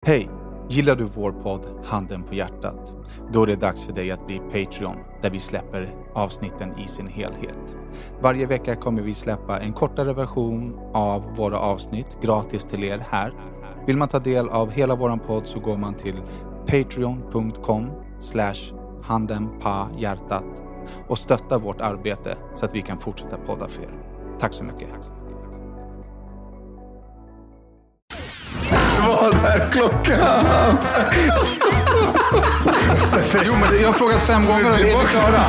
Hej! Gillar du vår podd Handen på hjärtat? Då är det dags för dig att bli Patreon, där vi släpper avsnitten i sin helhet. Varje vecka kommer vi släppa en kortare version av våra avsnitt gratis till er här. Vill man ta del av hela våran podd så går man till patreon.com/handenpahjärtat och stöttar vårt arbete så att vi kan fortsätta podda för er. Tack så mycket! Vad är klockan? Jo, men jag har frågat 5 gånger och är vi klara?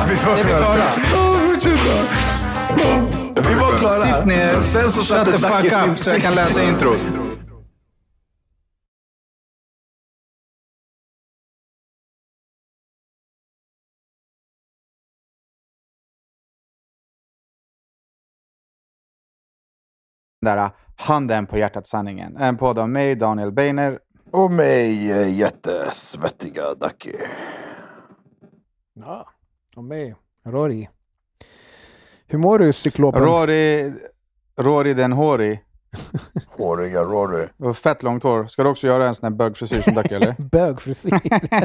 Vi var klara. Sitt ner, sen så shut the fuck up så jag kan läsa introt. Där Handen på hjärtat-sanningen. En podd av mig, Daniel Beiner. Och mig, jättesvettiga Ducky. Ja, och mig, Rory. Hur mår du, cyklopen? Rory den Håri. Håriga Rory. Och fett långt hår. Ska du också göra en sån här bögfrisyr som Ducky, eller? Bögfrisyr.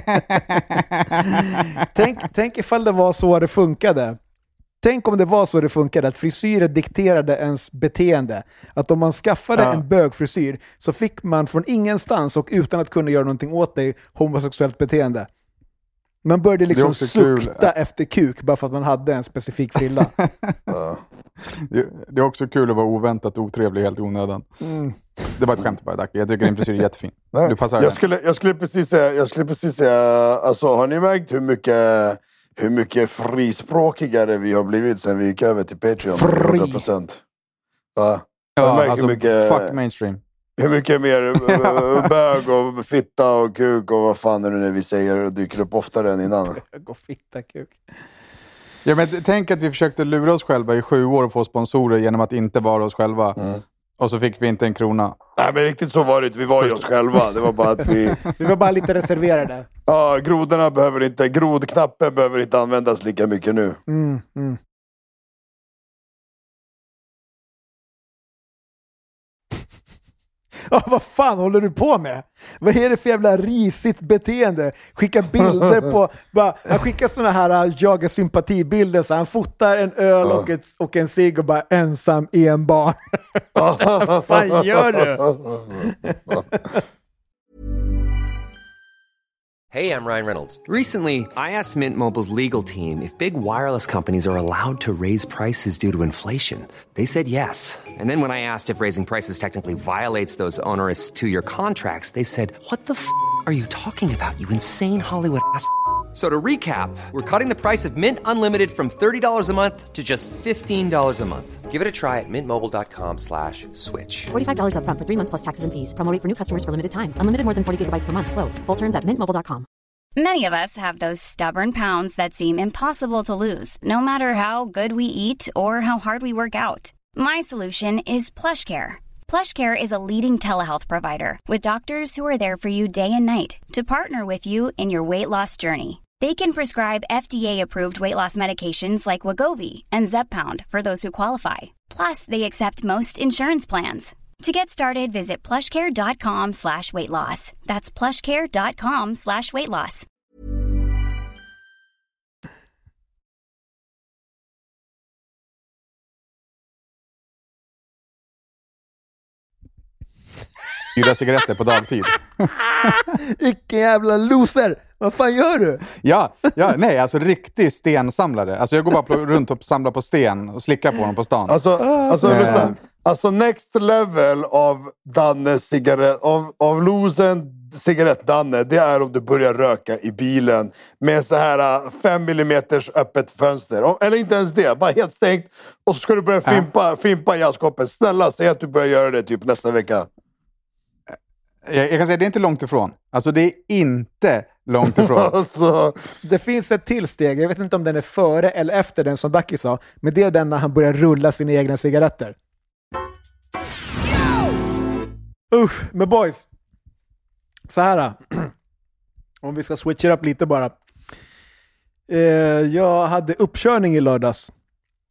tänk ifall det var så det funkade. Tänk om det var så det funkade, att frisyrer dikterade ens beteende. Att om man skaffade en bögfrisyr så fick man från ingenstans och utan att kunna göra någonting åt det homosexuellt beteende. Man började liksom sukta efter kuk bara för att man hade en specifik frilla. Det är också kul att vara oväntat otrevlig helt i onödan. Det var ett skämt bara, Ducky. Jag tycker din frisyr är jättefin. Du passar jag skulle precis säga, alltså har ni märkt hur mycket frispråkigare vi har blivit sen vi gick över till Patreon? 100%. Ja, alltså fuck mainstream. Hur mycket mer bög och fitta och kuk och vad fan är det när vi säger dyker upp oftare än innan? Bög och fitta, kuk. Ja, men tänk att vi försökte lura oss själva i 7 år och få sponsorer genom att inte vara oss själva. Och så fick vi inte en krona. Nej, men riktigt så var det. Vi var ju oss själva. Det var bara att vi var bara lite reserverade. Ja, grodknappen behöver inte användas lika mycket nu. Ja, vad fan håller du på med? Vad är det för jävla risigt beteende? Skicka bilder på... han skickar såna här jaga sympatibilder. Så han fotar en öl och en cigg och bara ensam enbarn. Vad fan gör du? Hey, I'm Ryan Reynolds. Recently, I asked Mint Mobile's legal team if big wireless companies are allowed to raise prices due to inflation. They said yes. And then when I asked if raising prices technically violates those onerous 2-year contracts, they said, "What the f*** are you talking about, you insane Hollywood ass?" So to recap, we're cutting the price of Mint Unlimited from $30 a month to just $15 a month. Give it a try at mintmobile.com/switch. $45 up front for 3 months plus taxes and fees. Promo rate for new customers for limited time. Unlimited more than 40 gigabytes per month. Slows full terms at mintmobile.com. Many of us have those stubborn pounds that seem impossible to lose, no matter how good we eat or how hard we work out. My solution is PlushCare. PlushCare is a leading telehealth provider with doctors who are there for you day and night to partner with you in your weight loss journey. They can prescribe FDA-approved weight loss medications like Wegovy and Zepbound for those who qualify. Plus, they accept most insurance plans. To get started, visit plushcare.com/weightloss. That's plushcare.com/weightloss. Fyra cigaretter på dagtid. Vilken jävla loser! Vad fan gör du? Ja, nej, alltså riktig stensamlare. Alltså jag går bara runt och samlar på sten och slickar på dem på stan. Lyssna. Alltså next level av Danne cigarett, av losen cigarettdanne, det är om du börjar röka i bilen med så här 5 mm öppet fönster. Eller inte ens det, bara helt stängt. Och så ska du börja fimpa i jazzkoppet. Snälla, säg att du börjar göra det typ nästa vecka. Jag kan säga det är inte långt ifrån. Alltså det är inte långt ifrån. Alltså. Det finns ett tillsteg. Jag vet inte om den är före eller efter den som Ducky sa. Men det är den när han börjar rulla sina egna cigaretter. Men boys. Så här. Om vi ska switch it up lite bara. Jag hade uppkörning i lördags.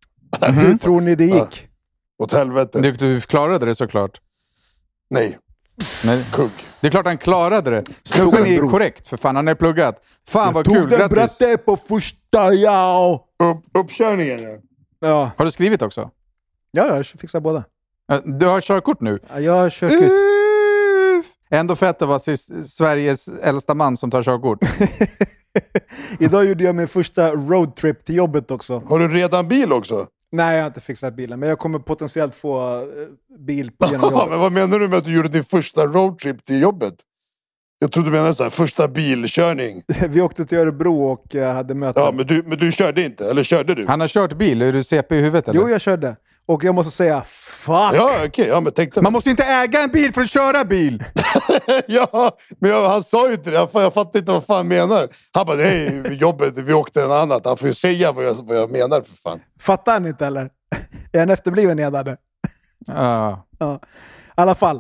Hur tror ni det gick? Åt helvete. Du klarade det såklart. Nej. Men, Kugg. det är klart han klarade det. Snubben är korrekt, för fan. Han är pluggat. Fan vad kul, Tog den grattis. brattet på första, ja. Uppkörningen. Ja, Har du skrivit också? jag fixar båda. Du har körkort nu? Ja, jag har körkort. Ändå fett att vara Sveriges äldsta man som tar körkort. Idag gjorde jag min första roadtrip till jobbet också. Har du redan bil också? Nej, jag har inte fixat bilen, men jag kommer potentiellt få bil genom Ja, jobbet. men vad menar du med att du gjorde din första roadtrip till jobbet? Jag trodde du menade så här, första bilkörning. Vi åkte till Örebro och hade möte. Ja, men du körde inte, eller körde du? Han har kört bil, är du CP i huvudet eller? Jo, jag körde. Och jag måste säga, fuck! Ja, okej, ja, men tänkte Man måste inte äga en bil för att köra bil! ja, men han sa ju inte det. Jag fattar inte vad fan han menar. Han bara, nej, jobbet, vi åkte en annat. Han får ju säga vad jag menar för fan. Fattar han inte eller? Är en efterbliven nedade? Ja. I alla fall.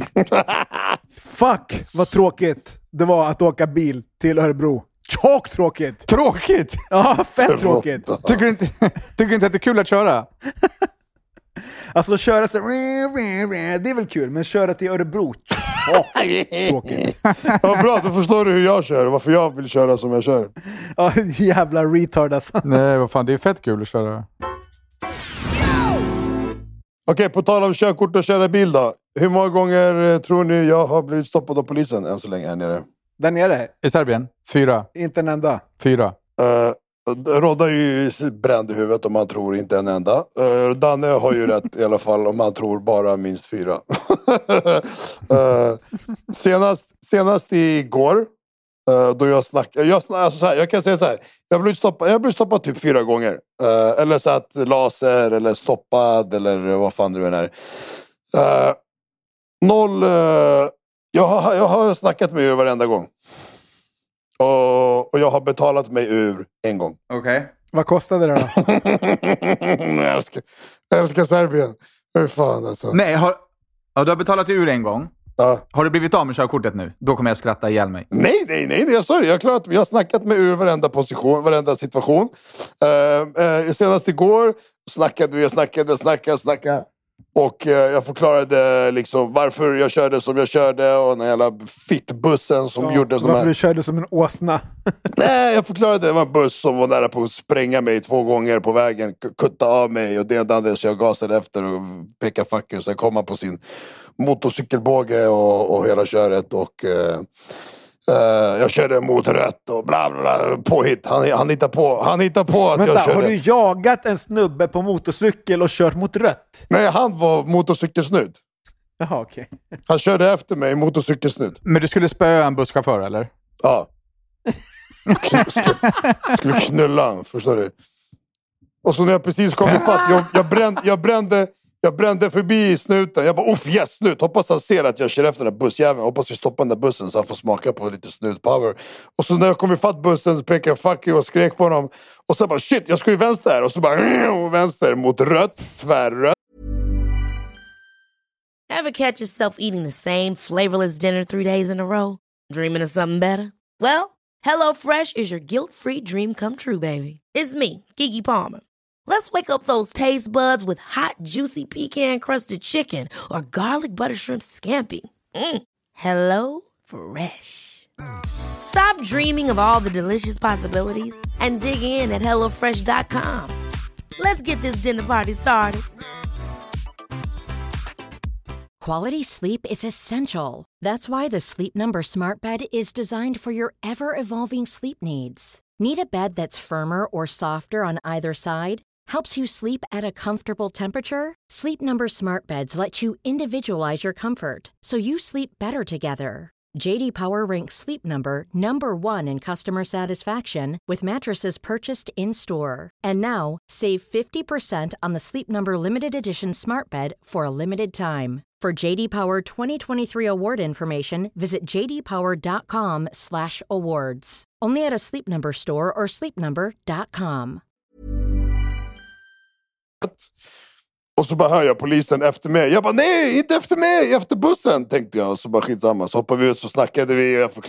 Fuck, vad tråkigt det var att åka bil till Örebro. Tjockt tråkigt! Tråkigt! Ja, fett tråkigt. Tycker du inte att det är kul att köra? Alltså köra så det är väl kul, men köra till Örebro, tråkigt. Ja, bra, då förstår du hur jag kör och varför jag vill köra som jag kör. Ja, jävla retard alltså. Nej, vad fan, det är fett kul att köra. Okej, på tal om körkort och köra bil då. Hur många gånger tror ni jag har blivit stoppad av polisen än så länge här nere? Där nere? I Serbien? 4. Inte en enda. 4. Rodda är ju bränd i huvudet om man tror inte en enda. Danne har ju rätt i alla fall om man tror bara minst 4. Senast igår då jag snackade, alltså så här, jag kan säga så här, jag blev stoppad typ 4 gånger. Eller så att laser eller stoppad eller vad fan det är. Noll. Jag har snackat med er varenda gång. Och jag har betalat mig ur en gång. Okej. Vad kostade det då? jag älskar Serbien. Hur fan alltså. Nej, du har betalat ur en gång. Ja. Har du blivit av med körkortet nu? Då kommer jag skratta ihjäl mig. Nej, jag sa det. Jag har snackat med ur varenda position, varenda situation. Senast igår snackade vi. Och jag förklarade liksom varför jag körde som jag körde och den jävla fittbussen som gjorde som varför du körde som en åsna. Nej, jag förklarade det var en buss som var nära på att spränga mig 2 gånger på vägen, kutta av mig och det andra så jag gasade efter och pekade fuck you. Sen kom han på sin motorcykelbåge och hela köret och jag körde mot rött och bla bla bla, påhitt. Han hittar på att Vänta, jag körde. har du jagat en snubbe på motorcykel och kört mot rött? Nej, han var motorcykelsnudd. Jaha, okej. Han körde efter mig, motorcykelsnudd. Men du skulle spöa en busschaufför, eller? Ja. Skulle knulla han, förstår du? Och så när jag precis kom i fatt, jag brände förbi snuten. Jag bara, yes, snut. Hoppas han ser att jag kör efter den där bussjäveln. Hoppas vi stoppar den där bussen så han får smaka på lite snutpower. Och så när jag kom i fatt bussen så pekade jag fuck you och skrek på honom. Och så bara, shit, jag ska ju vänster. Och så bara, vänster mot rött, tvärrött. Ever catch yourself eating the same flavorless dinner 3 days in a row? Dreaming of something better? Well, HelloFresh is your guilt-free dream come true, baby. It's me, Keke Palmer. Let's wake up those taste buds with hot, juicy pecan-crusted chicken or garlic butter shrimp scampi. Hello Fresh. Stop dreaming of all the delicious possibilities and dig in at HelloFresh.com. Let's get this dinner party started. Quality sleep is essential. That's why the Sleep Number Smart Bed is designed for your ever-evolving sleep needs. Need a bed that's firmer or softer on either side? Helps you sleep at a comfortable temperature? Sleep Number Smart Beds let you individualize your comfort, so you sleep better together. JD Power ranks Sleep Number #1 in customer satisfaction with mattresses purchased in-store. And now, save 50% on the Sleep Number Limited Edition Smart Bed for a limited time. For JD Power 2023 award information, visit jdpower.com/awards. Only at a Sleep Number store or sleepnumber.com. Och så bara hör jag polisen efter mig. Jag bara, nej, inte efter mig, efter bussen, tänkte jag. Och så bara skitsamma. Så hoppade vi ut, så snackade vi. Jag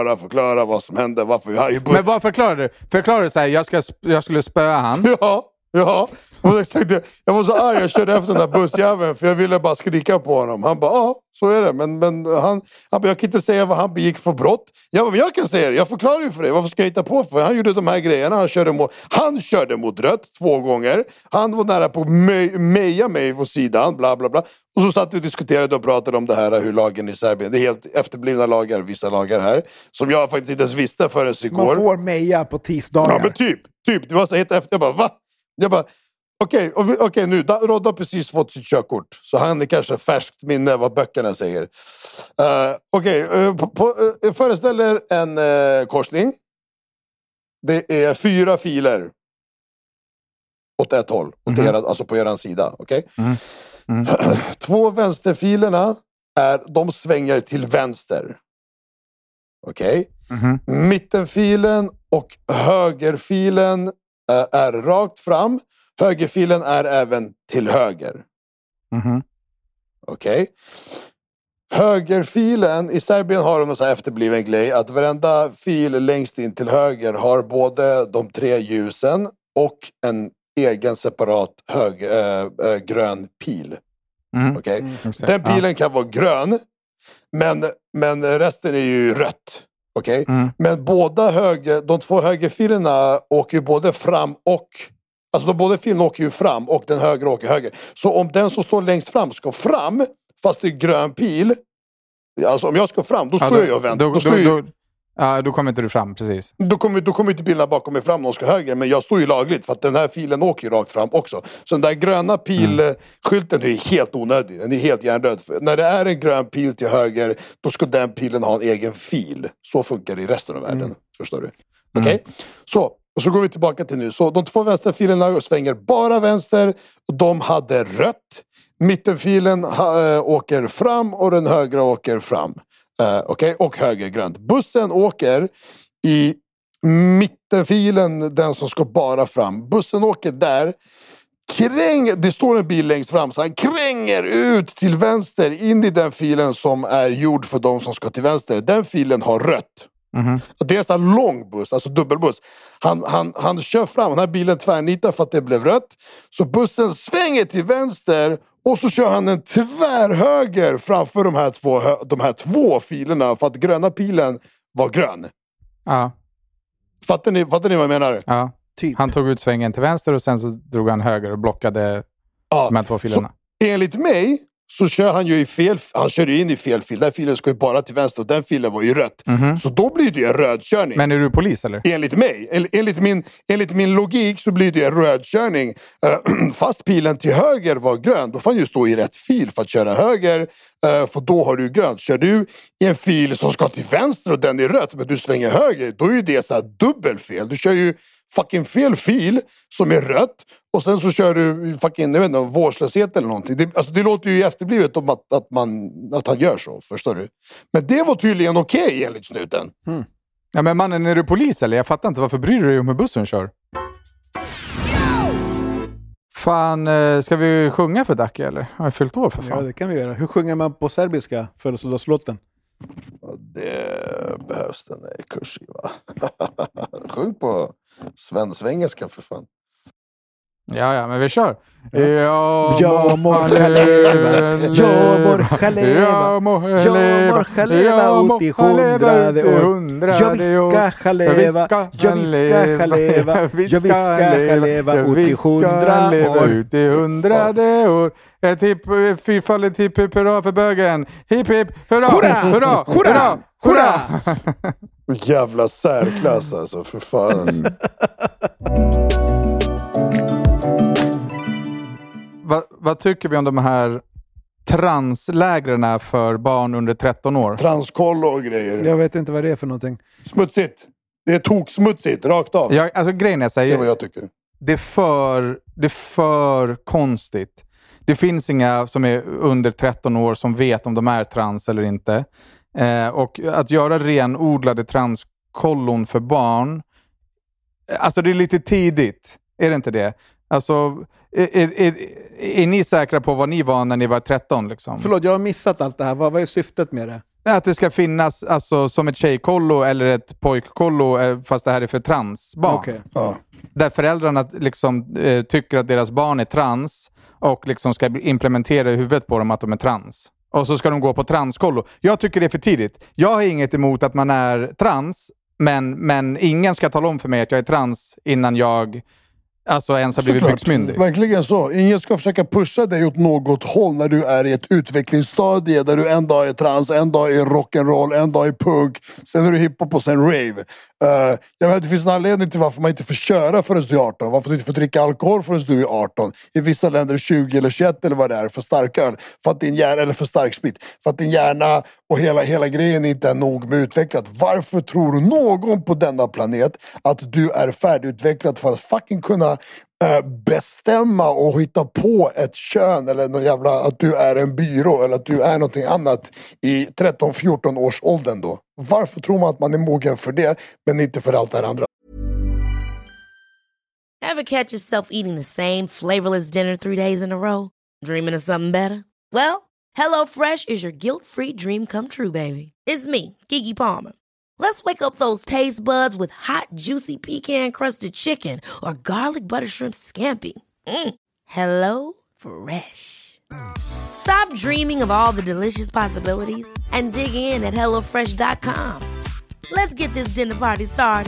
förklara vad som hände. Varför jag Men vad förklarar du? Förklarar du så här, jag skulle spöa han? Ja. Ja. Och jag var så arg, jag körde efter den där bussjäveln för jag ville bara skrika på honom. Han bara, ja, så är det. Men han bara, jag kan inte säga vad han begick för brott. Jag bara, men jag kan säga det, jag förklarar ju för dig. Varför ska jag hitta på för? Han gjorde de här grejerna, han körde mot rött 2 gånger. Han var nära på meja mig på sidan, bla bla bla. Och så satt vi och diskuterade och pratade om det här, hur lagen i Serbien, det är helt efterblivna lagar, vissa lagar här, som jag faktiskt inte ens visste förrän igår. Man får meja på tisdagar. Ja, men typ, det var så helt efter, jag bara, va? Jag bara, Okej, nu, Rodda har precis fått sitt körkort. Så han är kanske färskt minne vad böckerna säger. Föreställer en korsning. Det är 4 filer. Åt ett håll. Alltså på eran sida, okej? 2 vänsterfilerna de svänger till vänster. Okej? Mittenfilen och högerfilen är rakt fram. Högerfilen är även till höger. Okej. Högerfilen, i Serbien har de en sån här efterbliven grej att varenda fil längst in till höger har både de 3 ljusen och en egen separat grön pil. Okej. Den pilen kan vara grön, men resten är ju rött. Okej. Men de 2 högerfilerna åker ju både fram och alltså båda filerna åker ju fram och den högra åker höger. Så om den som står längst fram ska fram, fast det är grön pil, alltså om jag ska fram, då står jag och väntar. Då kommer inte du fram, precis. Då kommer inte bilarna bakom mig fram, de ska höger, men jag står ju lagligt för att den här filen åker ju rakt fram också. Så den där gröna pilskylten är helt onödig, den är helt hjärndöd. När det är en grön pil till höger, då ska den pilen ha en egen fil. Så funkar det i resten av världen, förstår du? Okej? Och så går vi tillbaka till nu. Så de 2 vänsterfilerna svänger bara vänster. De hade rött. Mittenfilen åker fram och den högra åker fram. Okej? Och högergrönt. Bussen åker i mittenfilen, den som ska bara fram. Bussen åker där. Det står en bil längst fram, så han kränger ut till vänster in i den filen som är gjord för de som ska till vänster. Den filen har rött. Det är en sån här lång buss, alltså dubbelbuss. Han kör fram, den här bilen tvärnitar för att det blev rött. Så bussen svänger till vänster och så kör han en tvärhöger framför de här två filerna för att gröna pilen var grön. Ja. Fattar ni vad jag menar? Ja. Typ. Han tog ut svängen till vänster och sen så drog han höger och blockade de här 2 filerna. Så, enligt mig så kör han ju han kör in i fel fil. Den filen ska ju bara till vänster och den filen var ju rött. Så då blir det ju en rödkörning. Men är du polis eller? Enligt mig. Enligt min logik så blir det en rödkörning. Fast pilen till höger var grön. Då får han ju stå i rätt fil för att köra höger. För då har du grönt. Kör du i en fil som ska till vänster och den är rött men du svänger höger. Då är ju det så här dubbelfel. Du kör ju fucking fel fil som är rött och sen så kör du fucking, jag vet inte, vårdslöshet eller någonting. Det låter ju efterblivet om att han gör så, förstår du? Men det var tydligen okej enligt snuten. Ja, men mannen, är du polis eller? Jag fattar inte, varför bryr du dig om hur bussen kör? Fan, ska vi sjunga för Dacke eller? Har jag fyllt år för fan? Ja, det kan vi göra. Hur sjunger man på serbiska födelsedagslåten? Det behövs den kursiva. Sjung på svenska för fan. Ja, men vi kör. Jag mår chaleva ut i 100:e år. Jag viska chaleva ut i 100:e år. Ett fyrfaldigt hipp hipp hurra för bögen. Hipp hipp hurra, hurra, hurra, hurra. Jävla särklass alltså, för fan. Vad tycker vi om de här translägren för barn under 13 år? Transkollo och grejer. Jag vet inte vad det är för någonting. Smutsigt. Det är toksmutsigt, rakt av. Ja, alltså grejen jag säger. Det är vad jag tycker. Det är för konstigt. Det finns inga som är under 13 år som vet om de är trans eller inte. Och att göra renodlade transkollon för barn, alltså det är lite tidigt. Är det inte det? Alltså, är ni säkra på vad ni var när ni var 13? Liksom? Förlåt, jag har missat allt det här. Vad är syftet med det? Att det ska finnas alltså, som ett tjejkollo eller ett pojkkollo, fast det här är för transbarn. Okay. Ja. där föräldrarna liksom tycker att deras barn är trans och liksom ska implementera i huvudet på dem att de är trans. Och så ska de gå på transkollo. Jag tycker det är för tidigt. Jag har inget emot att man är trans, men ingen ska tala om för mig att jag är trans innan jag ens har blivit byxmyndig. Verkligen så. Ingen ska försöka pusha dig åt något håll när du är i ett utvecklingsstadie där du en dag är trans, en dag är rock'n'roll, en dag är punk, sen är du hiphop och sen rave. Jag vet, det finns en anledning till varför man inte får köra förrän du är 18. Varför du inte får dricka alkohol förrän du är 18. I vissa länder 20 eller 21 eller vad det är för starköl. För att din hjärna, eller för starksprit. För att din hjärna och hela grejen inte är nog med utvecklat. Varför tror någon på denna planet att du är färdigutvecklad för att fucking kunna bestämma och hitta på ett kön eller någon jävla, att du är en byrå eller att du är någonting annat i 13-14 års åldern då? Varför tror man att man är mogen för det men inte för allt det andra? Ever catch yourself eating the same flavorless dinner 3 days in a row? Dreaming of something better? Well, HelloFresh is your guilt-free dream come true, baby. It's me, Keke Palmer. Let's wake up those taste buds with hot, juicy pecan-crusted chicken or garlic butter shrimp scampi. Hello Fresh. Stop dreaming of all the delicious possibilities and dig in at HelloFresh.com. Let's get this dinner party started.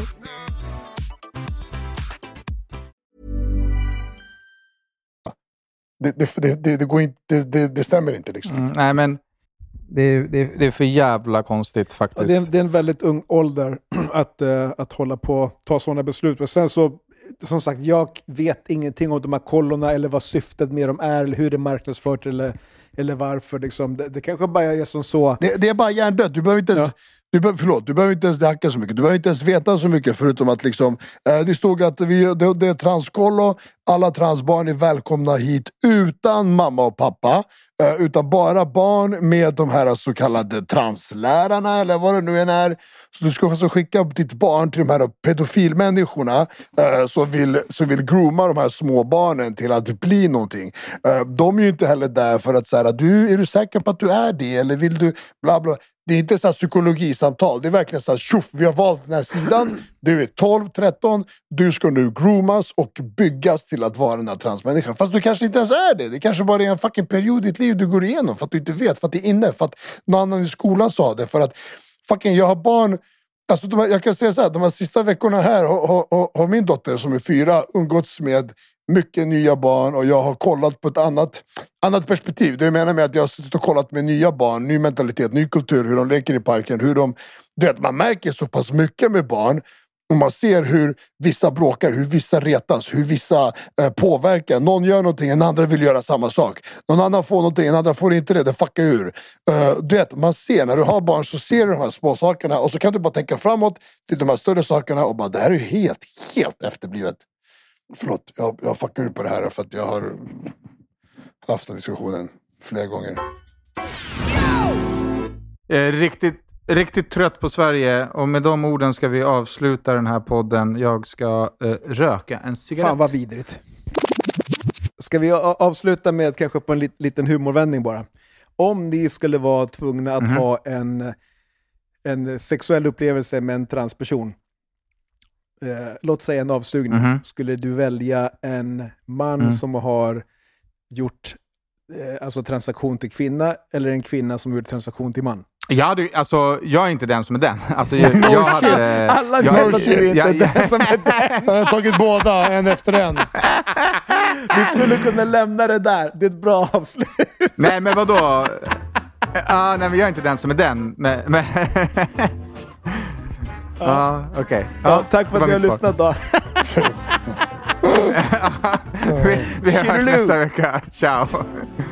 Det stämmer inte liksom. Nej, men det är för jävla konstigt faktiskt. Ja, det är en väldigt ung ålder att hålla på ta sådana beslut. Och sen så, som sagt, jag vet ingenting om de här kollorna eller vad syftet med dem är eller hur det marknadsfört eller varför. Liksom. Det kanske bara är som så. Det är bara hjärndött. Du behöver inte ens... Du behöver inte ens hacka så mycket. Du behöver inte ens veta så mycket förutom att liksom, det stod att det är transkollo. Alla transbarn är välkomna hit utan mamma och pappa. Utan bara barn med de här så kallade translärarna eller vad det nu än är. Så du ska alltså skicka ditt barn till de här pedofilmänniskorna som vill grooma de här små barnen till att bli någonting. De är ju inte heller där för att säga, är du säker på att du är det? Eller vill du bla bla. Det är inte så här psykologisamtal. Det är verkligen så här, tjoff, vi har valt den här sidan. Du är 12-13. Du ska nu groomas och byggas till att vara den här transmänniskan. Fast du kanske inte ens är det. Det kanske bara är en fucking period i ditt liv du går igenom. För att du inte vet, för att det är inne. För att någon annan i skolan sa det. För att fucking jag har barn... Alltså jag kan säga så här, de här sista veckorna här har min dotter som är 4 umgåtts med mycket nya barn och jag har kollat på ett annat perspektiv. Det menar med att jag har suttit och kollat med nya barn, ny mentalitet, ny kultur, hur de leker i parken, hur de... Du vet, man märker så pass mycket med barn och man ser hur vissa bråkar, hur vissa retas, hur vissa påverkar. Någon gör någonting, en andra vill göra samma sak. Någon annan får någonting, en andra får inte det fuckar ur. Du vet, man ser, när du har barn så ser du de här små sakerna och så kan du bara tänka framåt till de här större sakerna och bara, det här är ju helt efterblivet. Förlåt, jag fuckar ur på det här för att jag har haft den diskussionen flera gånger. Riktigt trött på Sverige och med de orden ska vi avsluta den här podden. Jag ska röka en cigarett. Fan vad vidrigt. Ska vi avsluta med kanske på en liten humorvändning bara. Om ni skulle vara tvungna att ha en sexuell upplevelse med en transperson. Låt säga en avsugning. Skulle du välja en man som har gjort alltså transaktion till kvinna eller en kvinna som gjort transaktion till man? Jag är inte den som är den. Alltså, jag hade... Alla vet att du inte är den som är den. Jag har tagit båda, en efter en. Vi skulle kunna lämna det där. Det är ett bra avslut. Nej, men vadå? Nej, men jag är inte den som är den. Men... okej. Tack för att ni har lyssnat då. Vi hörs nästa vecka. Ciao.